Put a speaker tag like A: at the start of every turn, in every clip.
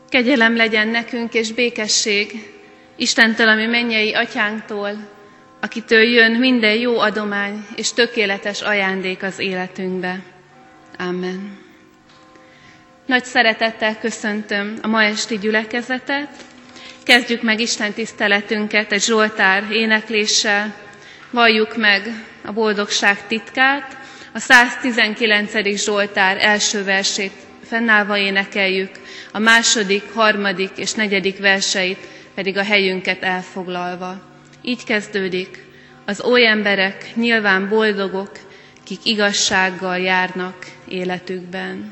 A: Kegyelem legyen nekünk és békesség Istentől, ami mennyei atyánktól, akitől jön minden jó adomány és tökéletes ajándék az életünkbe. Amen. Nagy szeretettel köszöntöm a ma esti gyülekezetet. Kezdjük meg Isten tiszteletünket egy Zsoltár énekléssel. Valljuk meg a boldogság titkát. A 119. Zsoltár első versét fennállva énekeljük, a második, harmadik és negyedik verseit pedig a helyünket elfoglalva. Így kezdődik: az oly emberek nyilván boldogok, kik igazsággal járnak életükben.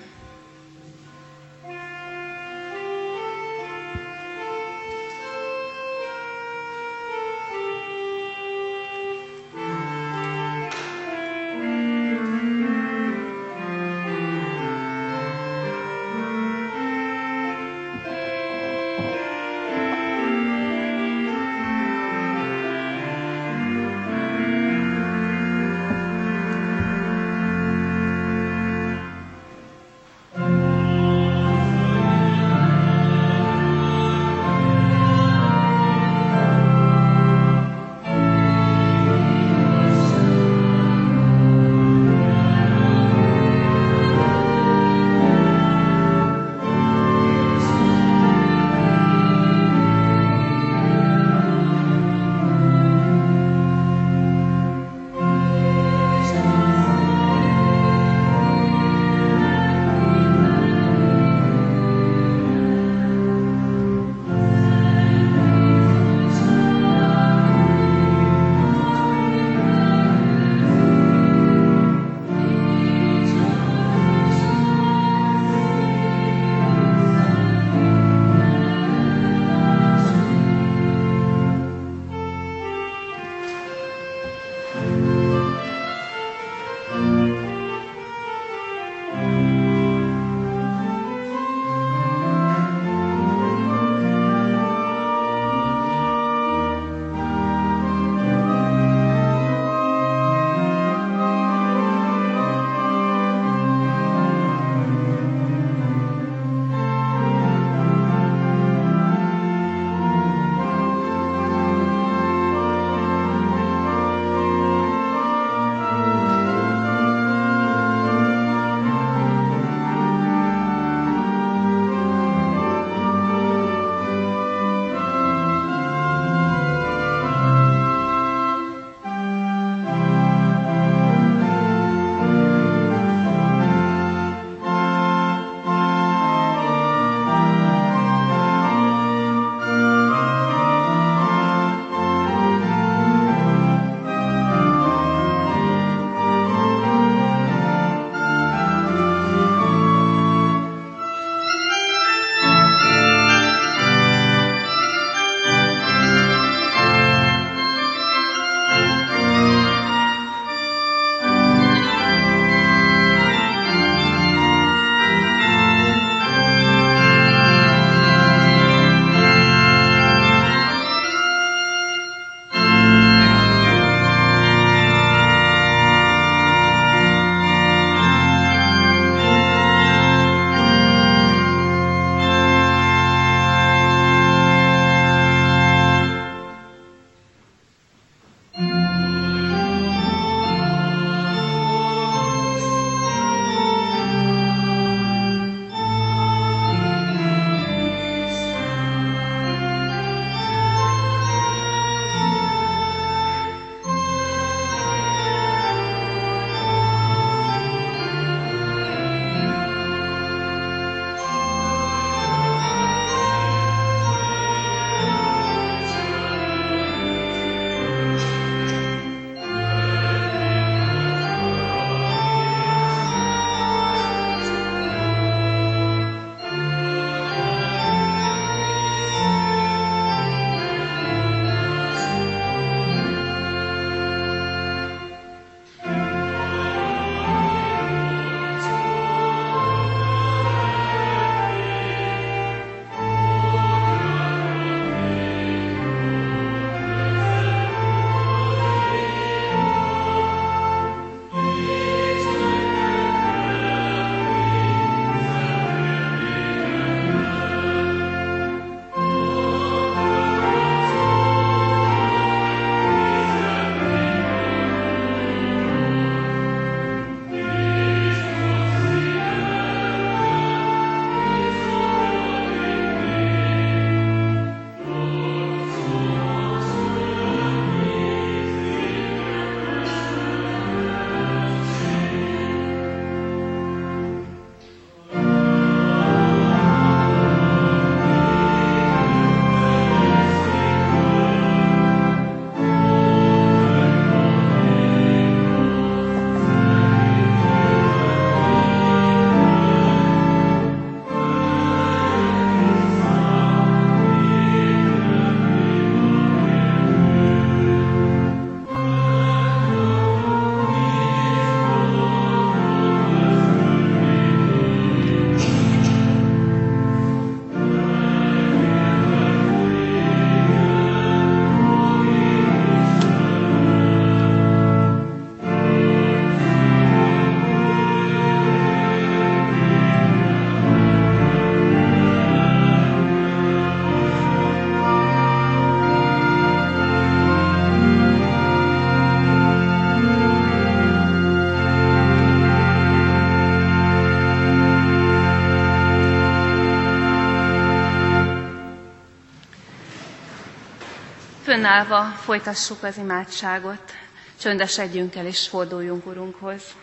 A: Fönnállva folytassuk az imádságot, csöndesedjünk el és forduljunk Urunkhoz.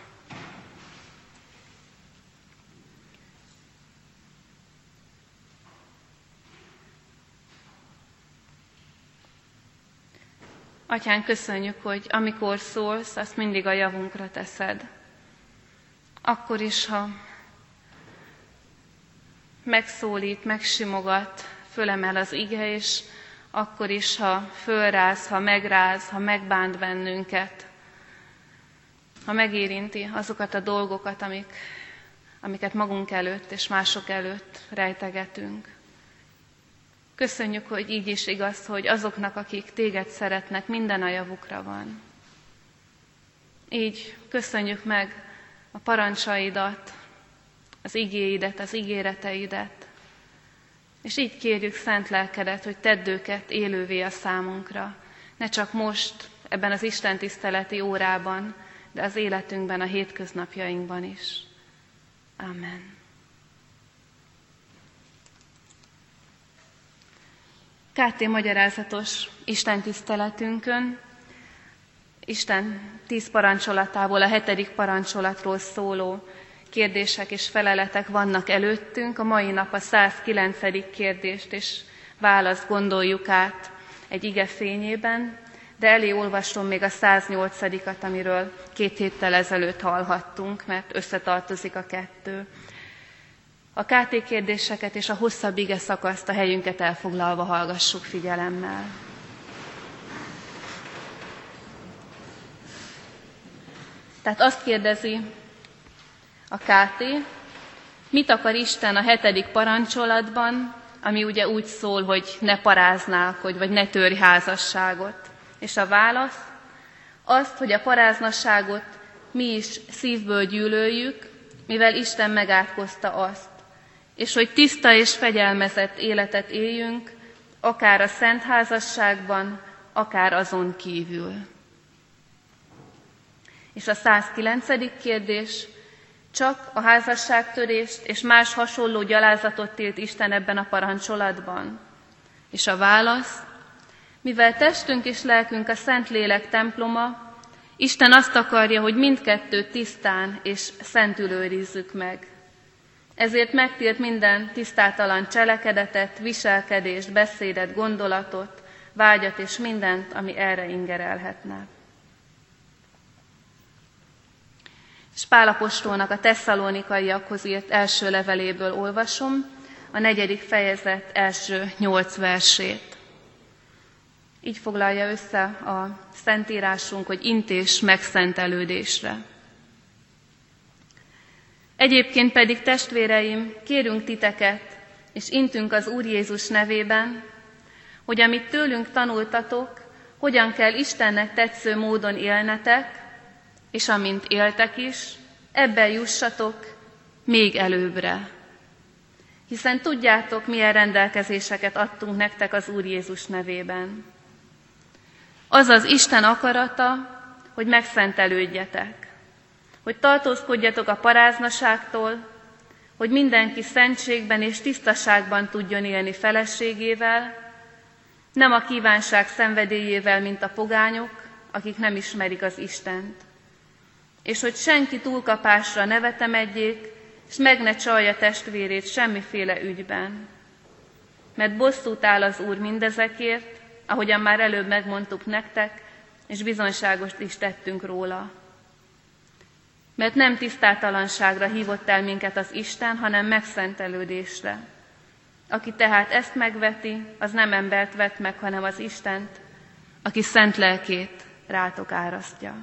A: Atyán, köszönjük, hogy amikor szólsz, azt mindig a javunkra teszed. Akkor is, ha megszólít, megsimogat, fölemel az ige, és akkor is, ha fölráz, ha megráz, ha megbánt bennünket, ha megérinti azokat a dolgokat, amiket magunk előtt és mások előtt rejtegetünk. Köszönjük, hogy így is igaz, hogy azoknak, akik téged szeretnek, minden a javukra van. Így köszönjük meg a parancsaidat, az igéidet, az ígéreteidet, és így kérjük szent lelkedet, hogy tedd őket élővé a számunkra, ne csak most, ebben az istentiszteleti órában, de az életünkben, a hétköznapjainkban is. Amen. KT magyarázatos istentiszteletünkön Isten 10 parancsolatából a 7. parancsolatról szóló kérdések és feleletek vannak előttünk. A mai nap a 109. kérdést és választ gondoljuk át egy ige fényében, de elé olvasom még a 108-at, amiről 2 héttel ezelőtt hallhattunk, mert összetartozik a 2. A KT kérdéseket és a hosszabb ige szakaszt a helyünket elfoglalva hallgassuk figyelemmel. Tehát azt kérdezi a KT, mit akar Isten a 7. parancsolatban, ami ugye úgy szól, hogy ne paráználkodj, vagy ne törj házasságot. És a válasz, azt, hogy a paráznasságot mi is szívből gyűlöljük, mivel Isten megátkozta azt, és hogy tiszta és fegyelmezett életet éljünk, akár a szent házasságban, akár azon kívül. És a 109. kérdés, csak a házasságtörést és más hasonló gyalázatot tilt Isten ebben a parancsolatban? És a válasz, mivel testünk és lelkünk a Szentlélek temploma, Isten azt akarja, hogy mindkettőt tisztán és szentül őrizzük meg. Ezért megtilt minden tisztátalan cselekedetet, viselkedést, beszédet, gondolatot, vágyat és mindent, ami erre ingerelhetne. És Pál apostolnak a tesszalonikaiakhoz írt első leveléből olvasom, a 4. fejezet első 8 versét. Így foglalja össze a Szentírásunk, hogy intés megszentelődésre. Egyébként pedig, testvéreim, kérünk titeket, és intünk az Úr Jézus nevében, hogy amit tőlünk tanultatok, hogyan kell Istennek tetsző módon élnetek, és amint éltek is, ebben jussatok még előbbre. Hiszen tudjátok, milyen rendelkezéseket adtunk nektek az Úr Jézus nevében. Az az Isten akarata, hogy megszentelődjetek, hogy tartózkodjatok a paráznaságtól, hogy mindenki szentségben és tisztaságban tudjon élni feleségével, nem a kívánság szenvedélyével, mint a pogányok, akik nem ismerik az Istent. És hogy senki túlkapásra ne vetemedjék, és meg ne csalja testvérét semmiféle ügyben. Mert bosszút áll az Úr mindezekért, ahogyan már előbb megmondtuk nektek, és bizonyságost is tettünk róla. Mert nem tisztátalanságra hívott el minket az Isten, hanem megszentelődésre. Aki tehát ezt megveti, az nem embert vet meg, hanem az Istent, aki szent lelkét rátok árasztja.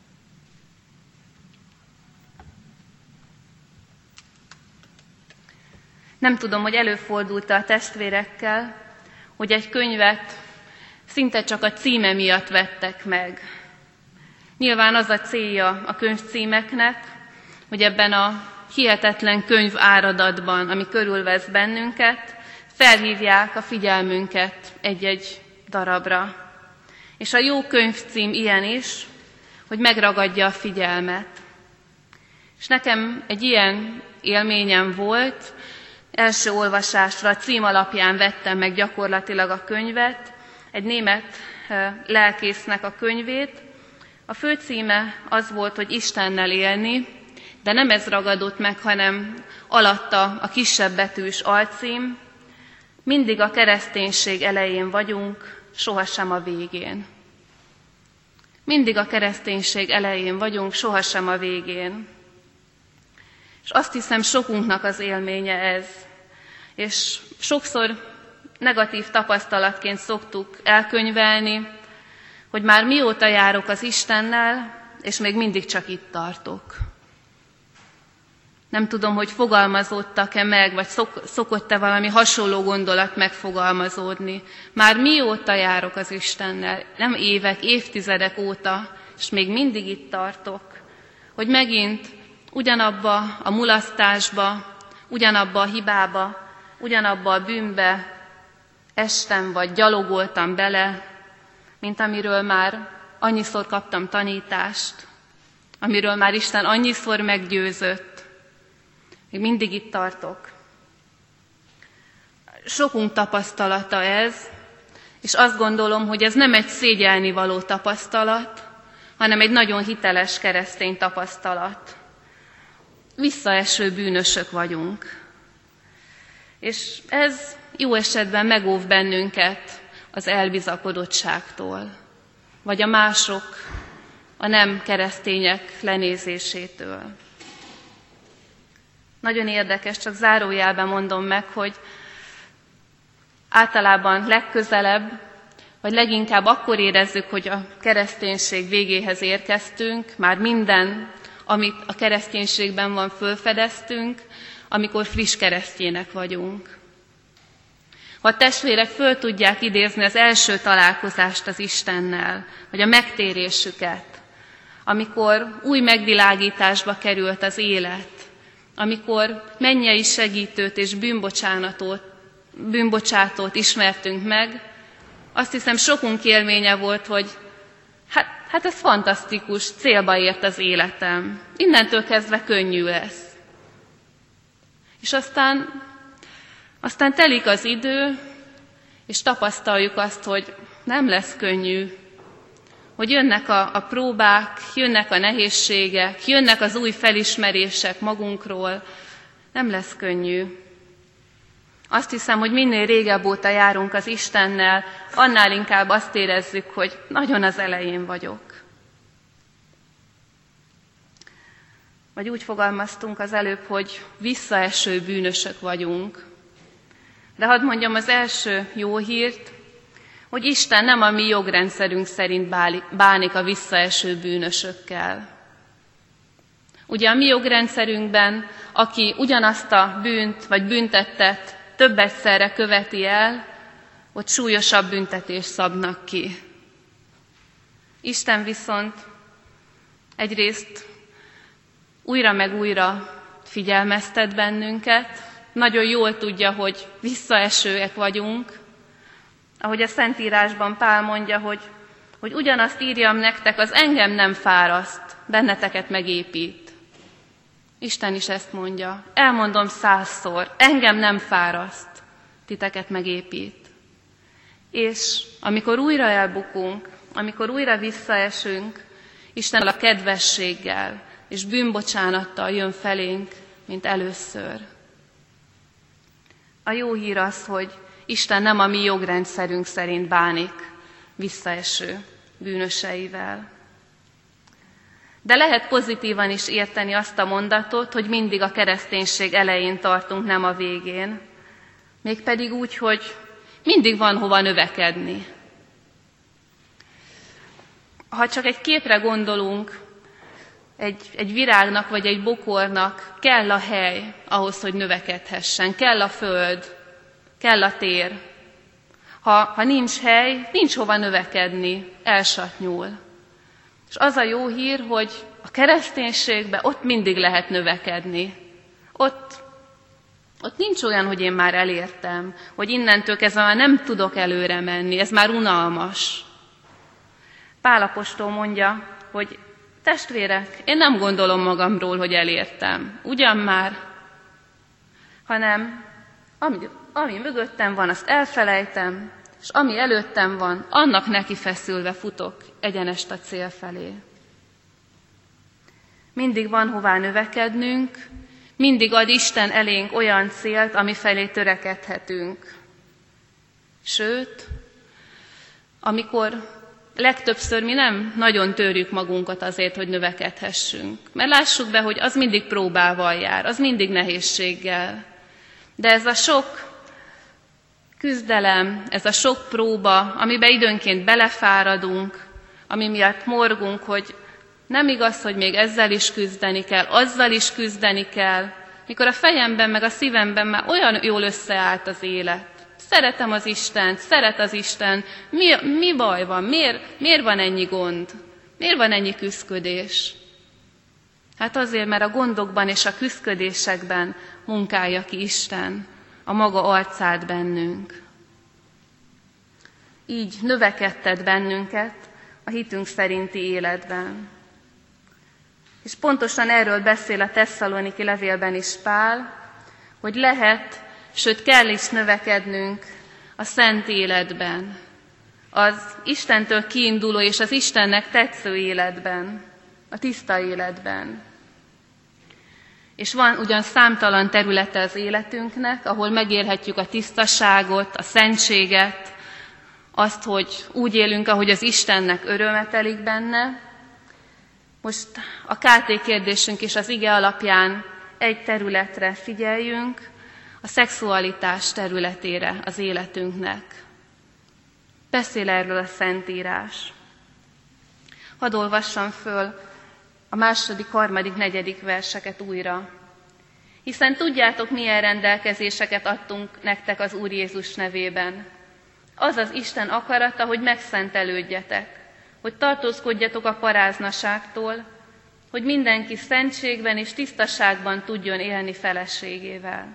A: Nem tudom, hogy előfordult-e a testvérekkel, hogy egy könyvet szinte csak a címe miatt vettek meg. Nyilván az a célja a könyvcímeknek, hogy ebben a hihetetlen könyv áradatban, ami körülvesz bennünket, felhívják a figyelmünket egy-egy darabra. És a jó könyvcím ilyen is, hogy megragadja a figyelmet. És nekem egy ilyen élményem volt, első olvasásra a cím alapján vettem meg gyakorlatilag a könyvet, egy német lelkésznek a könyvét. A főcíme az volt, hogy Istennel élni, de nem ez ragadott meg, hanem alatta a kisebb betűs alcím: mindig a kereszténység elején vagyunk, sohasem a végén. Mindig a kereszténység elején vagyunk, sohasem a végén. És azt hiszem, sokunknak az élménye ez. És sokszor negatív tapasztalatként szoktuk elkönyvelni, hogy már mióta járok az Istennel, és még mindig csak itt tartok. Nem tudom, hogy fogalmazódtak-e meg, vagy szokott-e valami hasonló gondolat megfogalmazódni. Már mióta járok az Istennel, nem évek, évtizedek óta, és még mindig itt tartok, hogy megint ugyanabba a mulasztásba, ugyanabba a hibába, ugyanabba a bűnbe estem, vagy gyalogoltam bele, mint amiről már annyiszor kaptam tanítást, amiről már Isten annyiszor meggyőzött. Még mindig itt tartok. Sokunk tapasztalata ez, és azt gondolom, hogy ez nem egy szégyelnivaló tapasztalat, hanem egy nagyon hiteles keresztény tapasztalat. Visszaeső bűnösök vagyunk. És ez jó esetben megóv bennünket az elbizakodottságtól, vagy a mások, a nem keresztények lenézésétől. Nagyon érdekes, csak zárójelben mondom meg, hogy általában legközelebb, vagy leginkább akkor érezzük, hogy a kereszténység végéhez érkeztünk, már minden, amit a kereszténységben van, fölfedeztünk, amikor friss keresztjének vagyunk. Ha a testvérek föl tudják idézni az első találkozást az Istennel, vagy a megtérésüket, amikor új megvilágításba került az élet, amikor mennyei segítőt és bűnbocsátót ismertünk meg, azt hiszem, sokunk élménye volt, hogy hát ez fantasztikus, célba ért az életem. Innentől kezdve könnyű lesz. És aztán telik az idő, és tapasztaljuk azt, hogy nem lesz könnyű, hogy jönnek a próbák, jönnek a nehézségek, jönnek az új felismerések magunkról, nem lesz könnyű. Azt hiszem, hogy minél régebb óta járunk az Istennel, annál inkább azt érezzük, hogy nagyon az elején vagyok. Vagy úgy fogalmaztunk az előbb, hogy visszaeső bűnösök vagyunk. De hadd mondjam az első jó hírt, hogy Isten nem a mi jogrendszerünk szerint bánik a visszaeső bűnösökkel. Ugye a mi jogrendszerünkben, aki ugyanazt a bűnt vagy bűntettet több egyszerre követi el, ott súlyosabb büntetést szabnak ki. Isten viszont egyrészt újra meg újra figyelmeztet bennünket, nagyon jól tudja, hogy visszaesőek vagyunk, ahogy a Szentírásban Pál mondja, hogy ugyanazt írjam nektek, az engem nem fáraszt, benneteket megépít. Isten is ezt mondja. Elmondom 100-szor, engem nem fáraszt, titeket megépít. És amikor újra elbukunk, amikor újra visszaesünk, Isten a kedvességgel és bűnbocsánattal jön felénk, mint először. A jó hír az, hogy Isten nem a mi jogrendszerünk szerint bánik visszaeső bűnöseivel. De lehet pozitívan is érteni azt a mondatot, hogy mindig a kereszténység elején tartunk, nem a végén. Mégpedig úgy, hogy mindig van hova növekedni. Ha csak egy képre gondolunk, egy virágnak vagy egy bokornak kell a hely ahhoz, hogy növekedhessen, kell a föld, kell a tér. Ha nincs hely, nincs hova növekedni, elsatnyul. És az a jó hír, hogy a kereszténységben ott mindig lehet növekedni. Ott nincs olyan, hogy én már elértem, hogy innentől kezdve már nem tudok előre menni, ez már unalmas. Pál apostol mondja, hogy testvérek, én nem gondolom magamról, hogy elértem. Ugyan már, hanem ami mögöttem van, azt elfelejtem, és ami előttem van, annak neki feszülve futok egyenest a cél felé. Mindig van hová növekednünk, mindig ad Isten elénk olyan célt, ami felé törekedhetünk. Sőt, amikor legtöbbször mi nem nagyon törjük magunkat azért, hogy növekedhessünk. Mert lássuk be, hogy az mindig próbával jár, az mindig nehézséggel. De ez a sok küzdelem, ez a sok próba, amiben időnként belefáradunk, ami miatt morgunk, hogy nem igaz, hogy még ezzel is küzdeni kell, azzal is küzdeni kell, mikor a fejemben meg a szívemben már olyan jól összeállt az élet. Szeretem az Istent, szeret az Isten. Mi baj van? Miért van ennyi gond? Miért van ennyi küszködés? Hát azért, mert a gondokban és a küszködésekben munkálja ki Isten a maga arcát bennünk. Így növekedtet bennünket a hitünk szerinti életben. És pontosan erről beszél a Tesszaloniki levélben is Pál, hogy lehet, sőt kell is növekednünk a szent életben, az Istentől kiinduló és az Istennek tetsző életben, a tiszta életben. És van ugyan számtalan területe az életünknek, ahol megélhetjük a tisztaságot, a szentséget, azt, hogy úgy élünk, ahogy az Istennek öröme telik benne. Most a KT kérdésünk is az ige alapján egy területre figyeljünk, a szexualitás területére az életünknek. Beszél erről a Szentírás. Hadd olvassam föl a 2., 3., 4. verseket újra. Hiszen tudjátok, milyen rendelkezéseket adtunk nektek az Úr Jézus nevében. Az az Isten akarata, hogy megszentelődjetek, hogy tartózkodjatok a paráznaságtól, hogy mindenki szentségben és tisztaságban tudjon élni feleségével.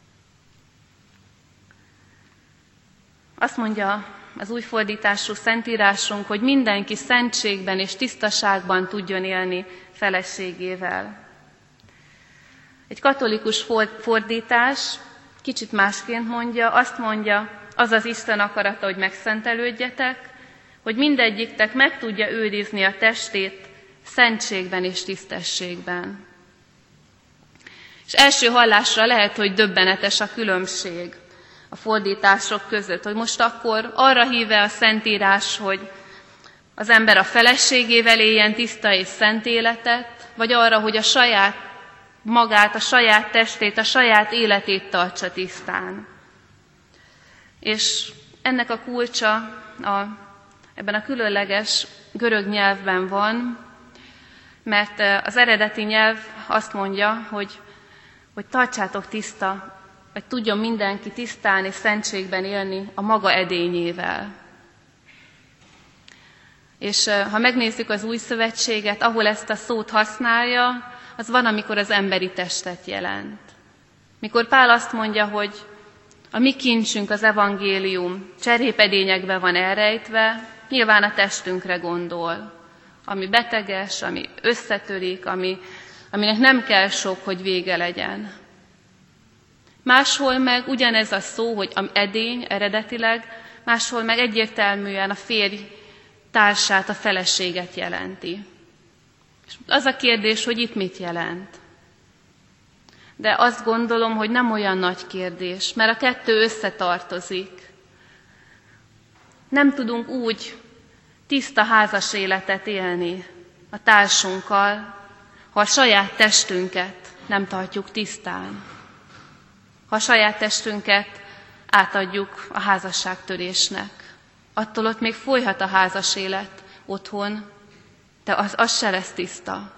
A: Azt mondja az új fordítású Szentírásunk, hogy mindenki szentségben és tisztaságban tudjon élni feleségével. Egy katolikus fordítás kicsit másként mondja, azt mondja, az az Isten akarata, hogy megszentelődjetek, hogy mindegyiktek meg tudja őrizni a testét szentségben és tisztességben. És első hallásra lehet, hogy döbbenetes a különbség a fordítások között, hogy most akkor arra hív-e a Szentírás, hogy az ember a feleségével éljen tiszta és szent életet, vagy arra, hogy a saját magát, a saját testét, a saját életét tartsa tisztán. És ennek a kulcsa ebben a különleges görög nyelvben van, mert az eredeti nyelv azt mondja, hogy tartsátok tiszta, vagy tudjon mindenki tisztán és szentségben élni a maga edényével. És ha megnézzük az Új Szövetséget, ahol ezt a szót használja, az van, amikor az emberi testet jelent. Mikor Pál azt mondja, hogy a mi kincsünk, az evangélium cserépedényekben van elrejtve, nyilván a testünkre gondol, ami beteges, ami összetörik, aminek nem kell sok, hogy vége legyen. Máshol meg ugyanez a szó, hogy edény eredetileg, máshol meg egyértelműen a férj társát, a feleséget jelenti. És az a kérdés, hogy itt mit jelent. De azt gondolom, hogy nem olyan nagy kérdés, mert a kettő összetartozik. Nem tudunk úgy tiszta házas életet élni a társunkkal, ha a saját testünket nem tartjuk tisztán. Ha a saját testünket átadjuk a házasságtörésnek. Attól ott még folyhat a házas élet otthon, de az se lesz tiszta.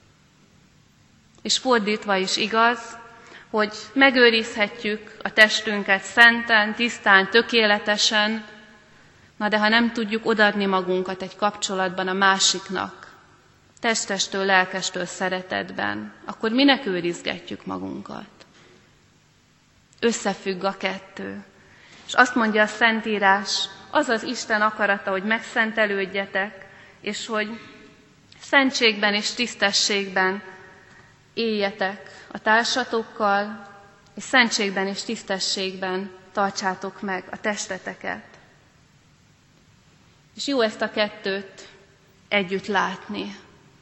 A: És fordítva is igaz, hogy megőrizhetjük a testünket szenten, tisztán, tökéletesen, de ha nem tudjuk odaadni magunkat egy kapcsolatban a másiknak, testestől, lelkestől szeretetben, akkor minek őrizgetjük magunkat? Összefügg a kettő. És azt mondja a Szentírás, az az Isten akarata, hogy megszentelődjetek, és hogy szentségben és tisztességben éljetek a társatokkal, és szentségben és tisztességben tartsátok meg a testeteket. És jó ezt a kettőt együtt látni.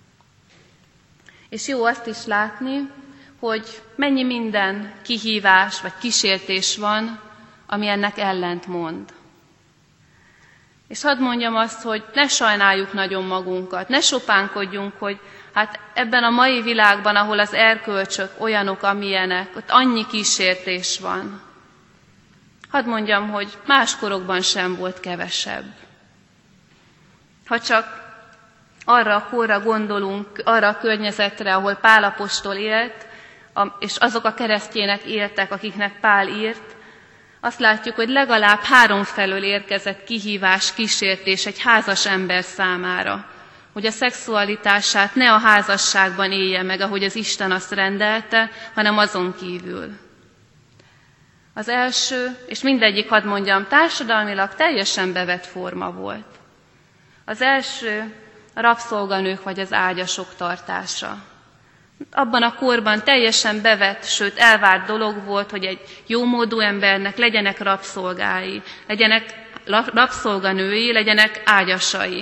A: És jó azt is látni, hogy mennyi minden kihívás vagy kísértés van, ami ennek ellentmond. És hadd mondjam azt, hogy ne sajnáljuk nagyon magunkat, ne sopánkodjunk, hogy hát ebben a mai világban, ahol az erkölcsök olyanok, amilyenek, ott annyi kísértés van. Hadd mondjam, hogy más korokban sem volt kevesebb. Ha csak arra a korra gondolunk, arra a környezetre, ahol Pál apostol élt, és azok a keresztjének éltek, akiknek Pál írt, azt látjuk, hogy legalább 3 felől érkezett kihívás, kísértés egy házas ember számára, hogy a szexualitását ne a házasságban élje meg, ahogy az Isten azt rendelte, hanem azon kívül. Az első, és mindegyik, hadd mondjam, társadalmilag teljesen bevett forma volt. Az első a rabszolganők vagy az ágyasok tartása. Abban a korban teljesen bevett, sőt elvárt dolog volt, hogy egy jómódú embernek legyenek rabszolgái, legyenek rabszolganői, legyenek ágyasai.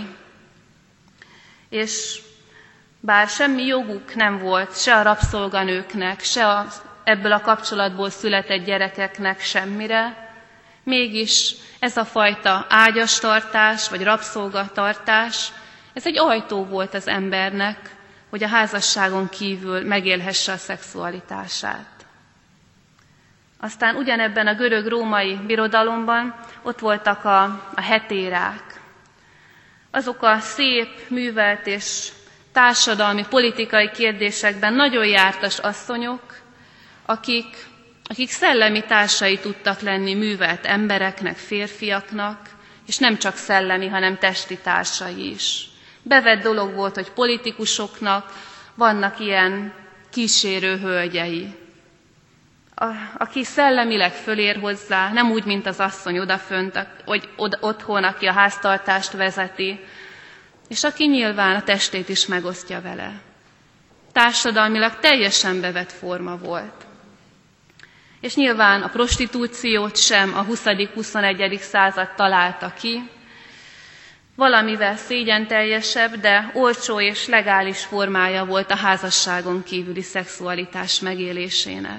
A: És bár semmi joguk nem volt se a rabszolganőknek, se ebből a kapcsolatból született gyerekeknek semmire, mégis ez a fajta ágyastartás vagy rabszolgatartás, ez egy ajtó volt az embernek, hogy a házasságon kívül megélhesse a szexualitását. Aztán ugyanebben a görög-római birodalomban ott voltak a hetérák. Azok a szép, művelt és társadalmi, politikai kérdésekben nagyon jártas asszonyok, akik szellemi társai tudtak lenni művelt embereknek, férfiaknak, és nem csak szellemi, hanem testi társai is. Bevett dolog volt, hogy politikusoknak vannak ilyen kísérő hölgyei, aki szellemileg fölér hozzá, nem úgy, mint az asszony odafönt, vagy otthon, aki a háztartást vezeti, és aki nyilván a testét is megosztja vele. Társadalmilag teljesen bevett forma volt. És nyilván a prostitúciót sem a 20.-21. század találta ki, valamivel szégyenteljesebb, de olcsó és legális formája volt a házasságon kívüli szexualitás megélésének.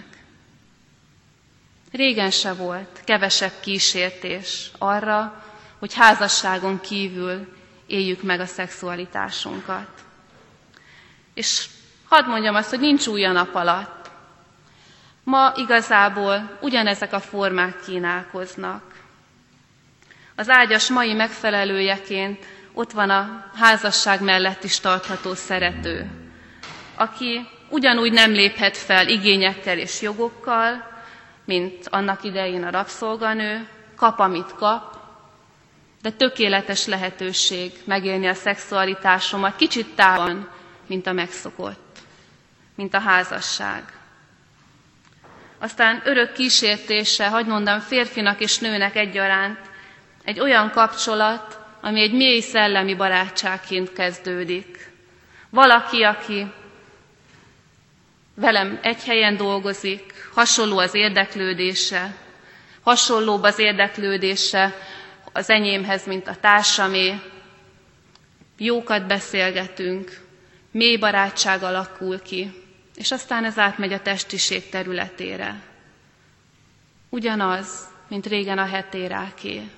A: Régen se volt kevesebb kísértés arra, hogy házasságon kívül éljük meg a szexualitásunkat. És hadd mondjam azt, hogy nincs új a nap alatt. Ma igazából ugyanezek a formák kínálkoznak. Az ágyas mai megfelelőjeként ott van a házasság mellett is tartható szerető, aki ugyanúgy nem léphet fel igényekkel és jogokkal, mint annak idején a rabszolganő, kap, amit kap, de tökéletes lehetőség megélni a szexualitásomat kicsit távol, mint a megszokott, mint a házasság. Aztán örök kísértése, hadd mondjam, férfinak és nőnek egyaránt, egy olyan kapcsolat, ami egy mély szellemi barátságként kezdődik. Valaki, aki velem egy helyen dolgozik, hasonló az érdeklődése, hasonlóbb az érdeklődése az enyémhez, mint a társamé, jókat beszélgetünk, mély barátság alakul ki, és aztán ez átmegy a testiség területére. Ugyanaz, mint régen a hetéráké.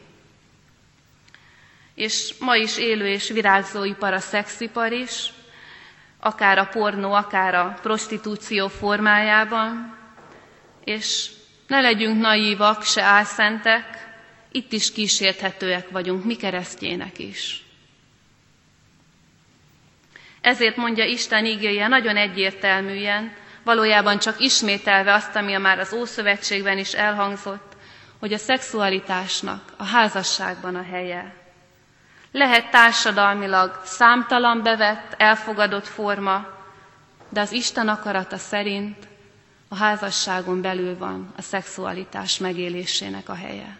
A: És ma is élő és virágzó ipar a szexipar is, akár a pornó, akár a prostitúció formájában, és ne legyünk naívak, se álszentek, itt is kísérthetőek vagyunk, mi keresztjének is. Ezért mondja Isten igéje nagyon egyértelműen, valójában csak ismételve azt, ami már az Ószövetségben is elhangzott, hogy a szexualitásnak a házasságban a helye. Lehet társadalmilag számtalan bevett, elfogadott forma, de az Isten akarata szerint a házasságon belül van a szexualitás megélésének a helye.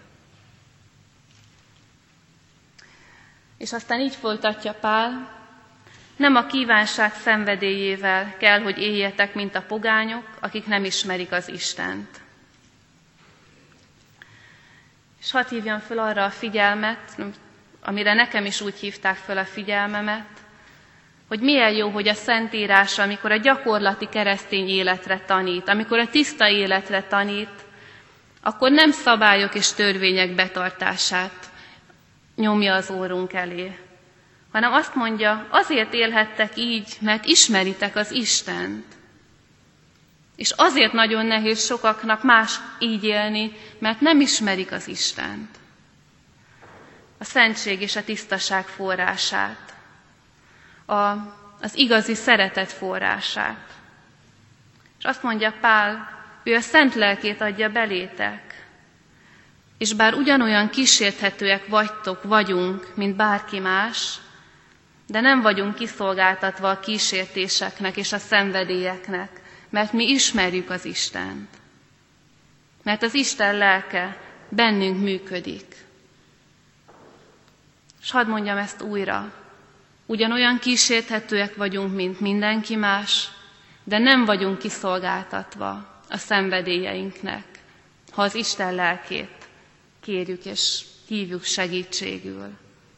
A: És aztán így folytatja Pál, nem a kívánság szenvedélyével kell, hogy éljetek, mint a pogányok, akik nem ismerik az Istent. És hadd hívjam föl arra a figyelmet, amire nekem is úgy hívták föl a figyelmemet, hogy milyen jó, hogy a Szentírás, amikor a gyakorlati keresztény életre tanít, amikor a tiszta életre tanít, akkor nem szabályok és törvények betartását nyomja az órunk elé, hanem azt mondja, azért élhettek így, mert ismeritek az Istent. És azért nagyon nehéz sokaknak más így élni, mert nem ismerik az Istent. A szentség és a tisztaság forrását, az igazi szeretet forrását. És azt mondja Pál, ő a szent lelkét adja belétek. És bár ugyanolyan kísérthetőek vagyunk, mint bárki más, de nem vagyunk kiszolgáltatva a kísértéseknek és a szenvedélyeknek, mert mi ismerjük az Istent. Mert az Isten lelke bennünk működik. És hadd mondjam ezt újra, ugyanolyan kísérthetőek vagyunk, mint mindenki más, de nem vagyunk kiszolgáltatva a szenvedélyeinknek, ha az Isten lelkét kérjük és hívjuk segítségül.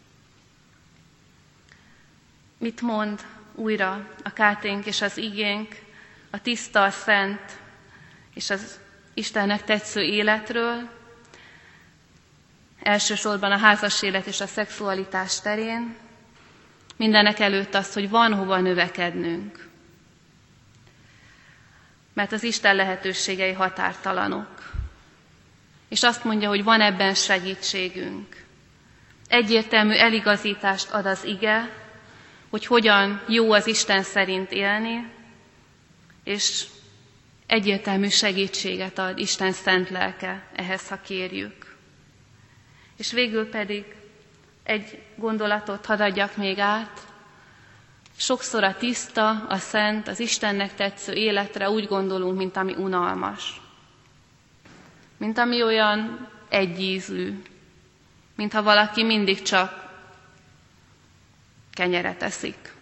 A: Mit mond újra a káténk és az igénk a tiszta, a szent és az Istennek tetsző életről, elsősorban a házas élet és a szexualitás terén, mindenek előtt az, hogy van hova növekednünk. Mert az Isten lehetőségei határtalanok. És azt mondja, hogy van ebben segítségünk. Egyértelmű eligazítást ad az ige, hogy hogyan jó az Isten szerint élni, és egyértelmű segítséget ad Isten szent lelke ehhez, ha kérjük. És végül pedig egy gondolatot hadd adjak még át. Sokszor a tiszta, a szent, az Istennek tetsző életre úgy gondolunk, mint ami unalmas. Mint ami olyan egyízű, mintha valaki mindig csak kenyeret eszik.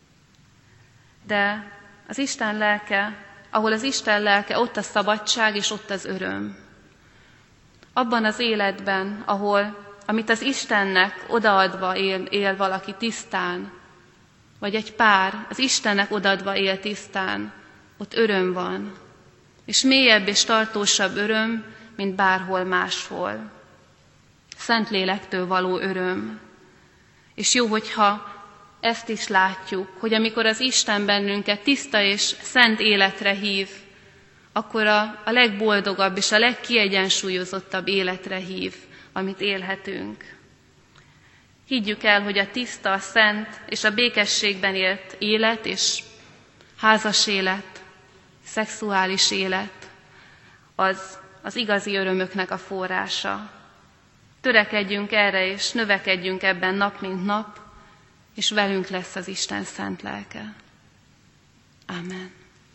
A: De az Isten lelke, ahol az Isten lelke, ott a szabadság és ott az öröm. Abban az életben, amit az Istennek odaadva él valaki tisztán, vagy egy pár az Istennek odaadva él tisztán, ott öröm van. És mélyebb és tartósabb öröm, mint bárhol máshol. Szentlélektől való öröm. És jó, hogyha ezt is látjuk, hogy amikor az Isten bennünket tiszta és szent életre hív, akkor a legboldogabb és a legkiegyensúlyozottabb életre hív, amit élhetünk. Higgyük el, hogy a tiszta, a szent és a békességben élt élet és házas élet, szexuális élet az igazi örömöknek a forrása. Törekedjünk erre és növekedjünk ebben nap mint nap, és velünk lesz az Isten szent lelke. Amen.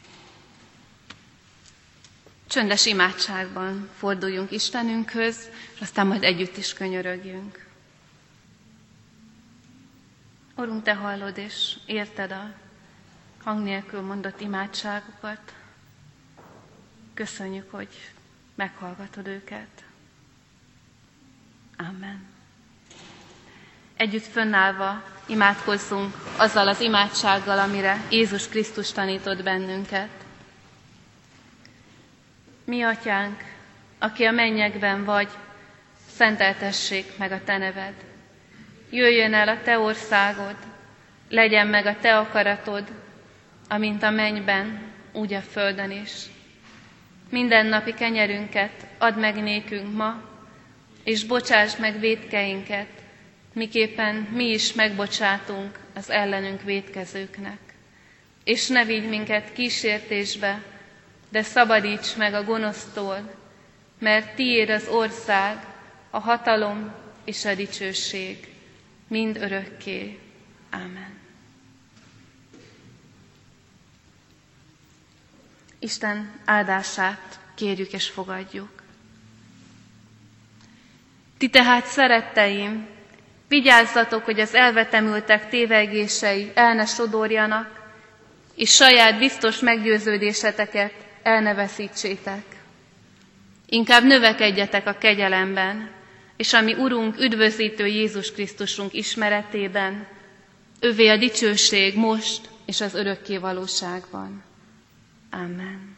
A: Csöndes imádságban forduljunk Istenünkhöz, és aztán majd együtt is könyörögjünk. Urunk, Te hallod és érted a hang nélkül mondott imádságokat. Köszönjük, hogy meghallgatod őket. Amen. Együtt fönnállva imádkozzunk azzal az imádsággal, amire Jézus Krisztus tanított bennünket. Mi Atyánk, aki a mennyekben vagy, szenteltessék meg a Te neved. Jöjjön el a Te országod, legyen meg a Te akaratod, amint a mennyben, úgy a földön is. Mindennapi kenyerünket add meg nékünk ma, és bocsásd meg vétkeinket, miképpen mi is megbocsátunk az ellenünk vétkezőknek. És ne vigy minket kísértésbe, de szabadíts meg a gonosztól, mert Tiéd az ország, a hatalom és a dicsőség, mind örökké. Ámen. Isten áldását kérjük és fogadjuk. Ti tehát, szeretteim, vigyázzatok, hogy az elvetemültek tévegései el ne sodorjanak, és saját biztos meggyőződéseteket el ne veszítsétek. Inkább növekedjetek a kegyelemben, és a mi Urunk, üdvözítő Jézus Krisztusunk ismeretében, övé a dicsőség most és az örökké valóságban. Amen.